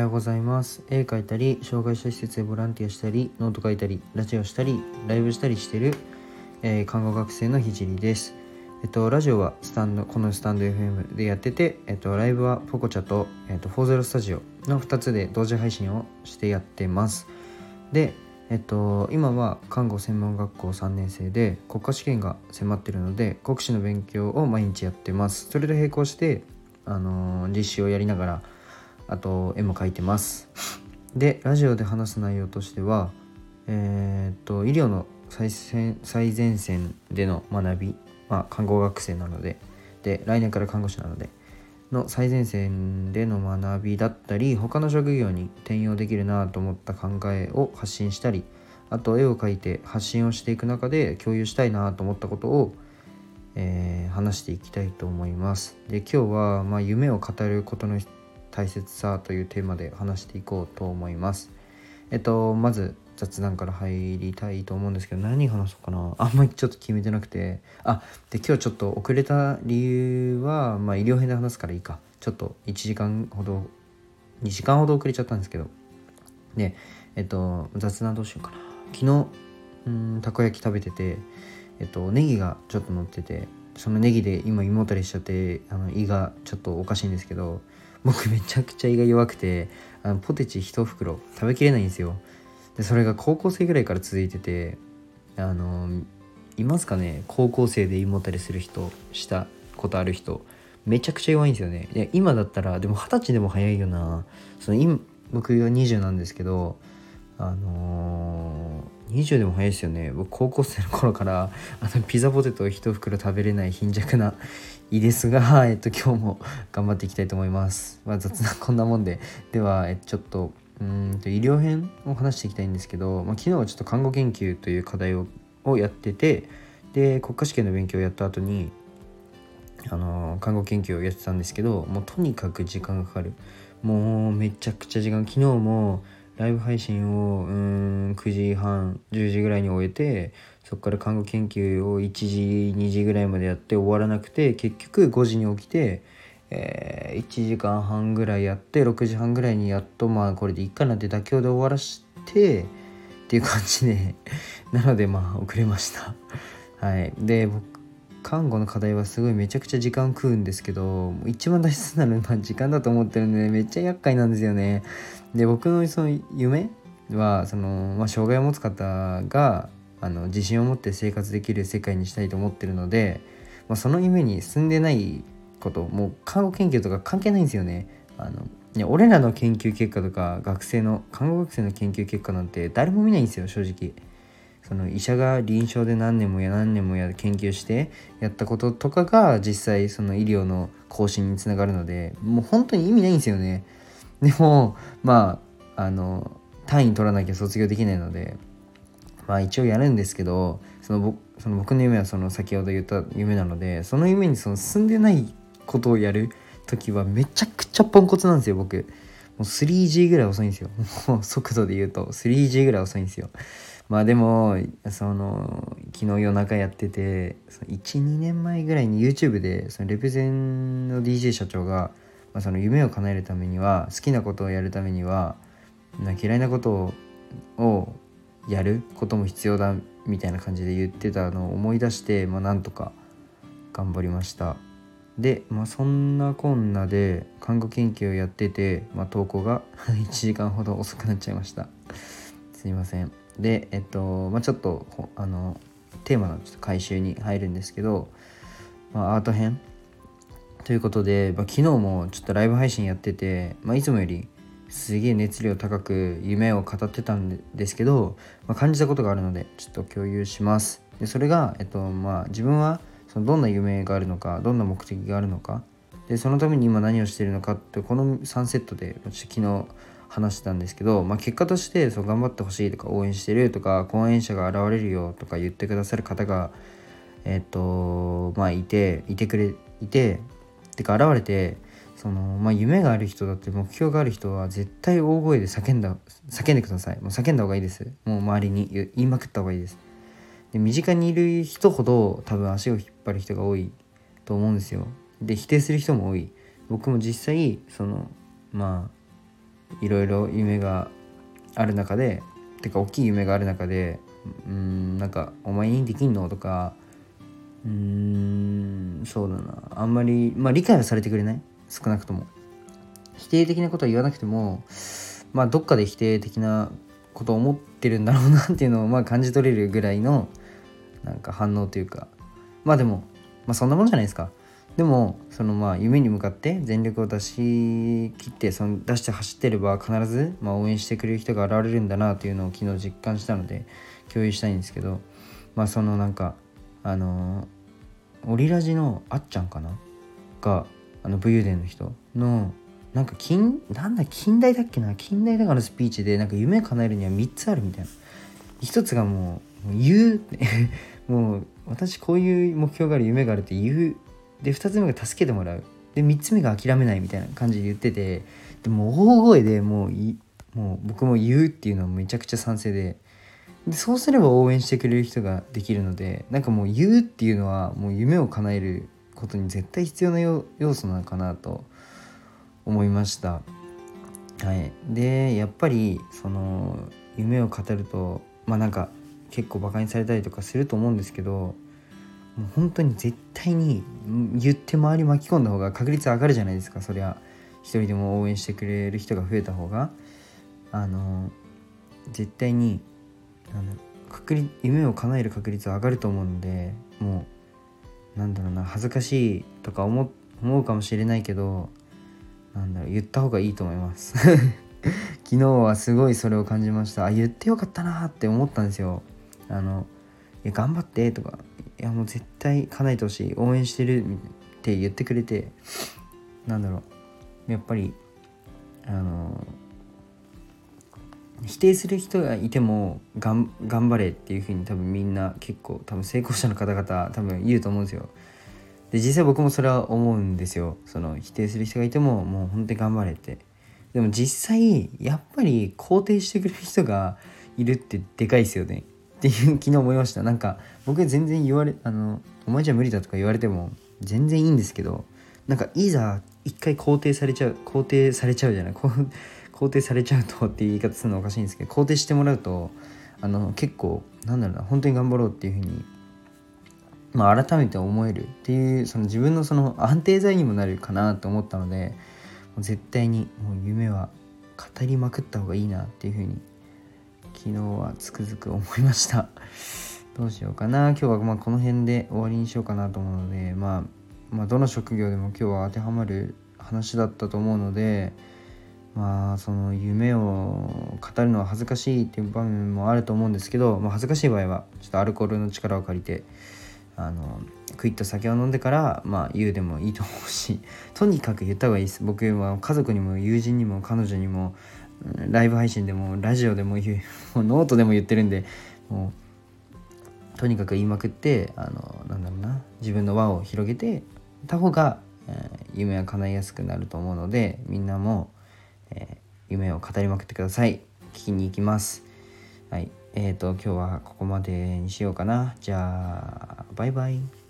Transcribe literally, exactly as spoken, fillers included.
ようございます。絵描いたり、障害者施設でボランティアしたり、ノート書いたり、ラジオしたり、ライブしたりしている、えー、看護学生のひじりです。えっと、ラジオはスタンドこのスタンド エフエム でやってて、えっと、ライブはポコチャと、えっと、フォーゼロスタジオのふたつで同時配信をしてやってます。で、えっと、今は看護専門学校さんねん生で国家試験が迫っているので、国試の勉強を毎日やってます。それと並行して、あのー、実習をやりながら、あと絵も描いてます。で、ラジオで話す内容としては、えー、っと医療の最先最前線での学び、まあ、看護学生なので、で来年から看護師なのでの最前線での学びだったり、他の職業に転用できるなと思った考えを発信したり、あと絵を描いて発信をしていく中で共有したいなと思ったことを、えー、話していきたいと思います。で、今日は、まあ、夢を語ることの大切さというテーマで話していこうと思います。えっとまず雑談から入りたいと思うんですけど、何話そうかな、あんまりちょっと決めてなくて、あで今日ちょっと遅れた理由は、まあ、医療編で話すからいいか、ちょっといちじかんほどにじかんほど遅れちゃったんですけど、でえっと雑談どうしようかな。昨日うんたこ焼き食べてて、えっとネギがちょっと乗ってて、そのネギで今胃もたれしちゃって、あの胃がちょっとおかしいんですけど、僕めちゃくちゃ胃が弱くて、あのポテチ一袋食べきれないんですよ。でそれが高校生ぐらいから続いてて、あのいますかね、高校生で胃もたれする人、したことある人。めちゃくちゃ弱いんですよね。で今だったらでも二十歳でも早いよな。その今僕がにじゅうなんですけど、あのー、にじゅうでも早いですよね。僕高校生の頃からあのピザポテトを一袋食べれない貧弱な胃ですが、えっと今日も頑張っていきたいと思います。まあ、雑談こんなもんで、では、えちょっとうーんと医療編を話していきたいんですけど、まあ、昨日はちょっと看護研究という課題ををやってて、で国家試験の勉強をやった後に、あのー、看護研究をやってたんですけど、もうとにかく時間がかかる。もうめちゃくちゃ時間、昨日もライブ配信をうーんくじはんじゅうじぐらいに終えて、そこから看護研究をいちじにじぐらいまでやって終わらなくて、結局ごじに起きて、えー、いちじかんはんぐらいやってろくじはんぐらいにやっと、まあこれでいいかなって妥協で終わらしてっていう感じでなのでまあ遅れましたはい。で僕看護の課題はすごいめちゃくちゃ時間食うんですけど、一番大切なのは時間だと思ってるんで、めっちゃ厄介なんですよね。で僕のその夢はその、まあ、障害を持つ方があの自信を持って生活できる世界にしたいと思ってるので、まあ、その夢に進んでないこと、もう看護研究とか関係ないんですよね。あのいや俺らの研究結果とか学生の看護学生の研究結果なんて誰も見ないんですよ、正直。その医者が臨床で何年もや何年もや研究してやったこととかが実際その医療の更新につながるので、もう本当に意味ないんですよね。でもまああの単位取らなきゃ卒業できないので、まあ一応やるんですけど、その僕その僕の夢はその先ほど言った夢なので、その夢にその進んでないことをやる時はめちゃくちゃポンコツなんですよ。僕もう スリージー ぐらい遅いんですよ。もう速度で言うと スリージー ぐらい遅いんですよ。まあでもその昨日夜中やってて、いちにねんまえぐらいに YouTube でそのレペゼンの ディージェー 社長が、まあ、その夢を叶えるためには、好きなことをやるためには嫌いなことをやることも必要だみたいな感じで言ってたのを思い出して、まあ、なんとか頑張りました。で、まあ、そんなこんなで看護研究をやってて、まあ、投稿がいちじかんほど遅くなっちゃいました。すいません。で、えっと、まあ、ちょっとあのテーマのちょっと回収に入るんですけど、まあ、アート編ということで、まあ、昨日もちょっとライブ配信やってて、まあ、いつもよりすげえ熱量高く夢を語ってたんですけど、まあ、感じたことがあるのでちょっと共有します。でそれが、えっとまあ、自分はそのどんな夢があるのか、どんな目的があるのか、でそのために今何をしているのかって、このさんセットで昨日話してたんですけど、まあ、結果としてそう頑張ってほしいとか、応援してるとか、講演者が現れるよとか言ってくださる方がえっとまあいていてくれいててか現れて、そのまあ夢がある人だって、目標がある人は絶対大声で叫んだ叫んでください。もう叫んだ方がいいです。もう周りに言いまくった方がいいです。で身近にいる人ほど多分足を引っ張る人が多いと思うんですよ。で否定する人も多い。僕も実際そのまあいろいろ夢がある中でてか大きい夢がある中でうーんなんかお前にできんのとかうーんそうだなあんまりまあ理解はされてくれない少なくとも否定的なことは言わなくてもまあどっかで否定的なことを思ってるんだろうなっていうのをまあ感じ取れるぐらいのなんか反応というかまあでもまあそんなもんじゃないですか。でもそのまあ夢に向かって全力を出し切ってその出して走ってれば必ずまあ応援してくれる人が現れるんだなというのを昨日実感したので共有したいんですけどまあそのなんかあのー、オリラジのあっちゃんかながあの武勇伝の人のなんか近なんだ近代だっけな近代だからのスピーチでなんか夢叶えるにはみっつあるみたいな一つがもう、もう言うもう私こういう目標がある夢があるって言うでふたつめが助けてもらうでみっつめが諦めないみたいな感じで言っててでも大声でもういもう僕も言うっていうのはめちゃくちゃ賛成ででそうすれば応援してくれる人ができるのでなんかもう言うっていうのはもう夢を叶えることに絶対必要な要素なのかなと思いました。はい、でやっぱりその夢を語るとまあなんか結構バカにされたりとかすると思うんですけどもう本当に絶対に言って周り巻き込んだ方が確率上がるじゃないですか。そりゃ一人でも応援してくれる人が増えた方があの絶対にあの確率夢を叶える確率は上がると思うのでもうなんだろうな恥ずかしいとか思う、思うかもしれないけどなんだろう言った方がいいと思います昨日はすごいそれを感じました。あ言ってよかったなって思ったんですよ。あのいや頑張ってとかいやもう絶対叶えてほしい応援してるって言ってくれてなんだろうやっぱりあの否定する人がいてもがん頑張れっていう風に多分みんな結構多分成功者の方々多分言うと思うんですよ。で実際僕もそれは思うんですよ。その否定する人がいてももう本当に頑張れって。でも実際やっぱり肯定してくれる人がいるってでかいですよねっていう昨日思いました。なんか僕全然言われあのお前じゃ無理だとか言われても全然いいんですけどなんかいざ一回肯定されちゃう肯定されちゃうじゃない肯定されちゃうとっていう言い方するのおかしいんですけど肯定してもらうとあの結構なんだろうな本当に頑張ろうっていう風にまあ改めて思えるっていうその自分のその安定剤にもなるかなと思ったのでもう絶対にもう夢は語りまくった方がいいなっていう風に昨日はつくづく思いましたどうしようかな今日はまあこの辺で終わりにしようかなと思うので、まあ、まあどの職業でも今日は当てはまる話だったと思うのでまあその夢を語るのは恥ずかしいっていう場面もあると思うんですけど、まあ、恥ずかしい場合はちょっとアルコールの力を借りてあのクイッと酒を飲んでからまあ言うでもいいと思うしとにかく言った方がいいです。僕は家族にも友人にも彼女にもライブ配信でもラジオでも言うもうノートでも言ってるんでもうとにかく言いまくってあのなんだろうな自分の輪を広げてた方が、えー、夢は叶いやすくなると思うのでみんなも、えー、夢を語りまくってください。聞きに行きます。はいえーと今日はここまでにしようかな。じゃあバイバイ。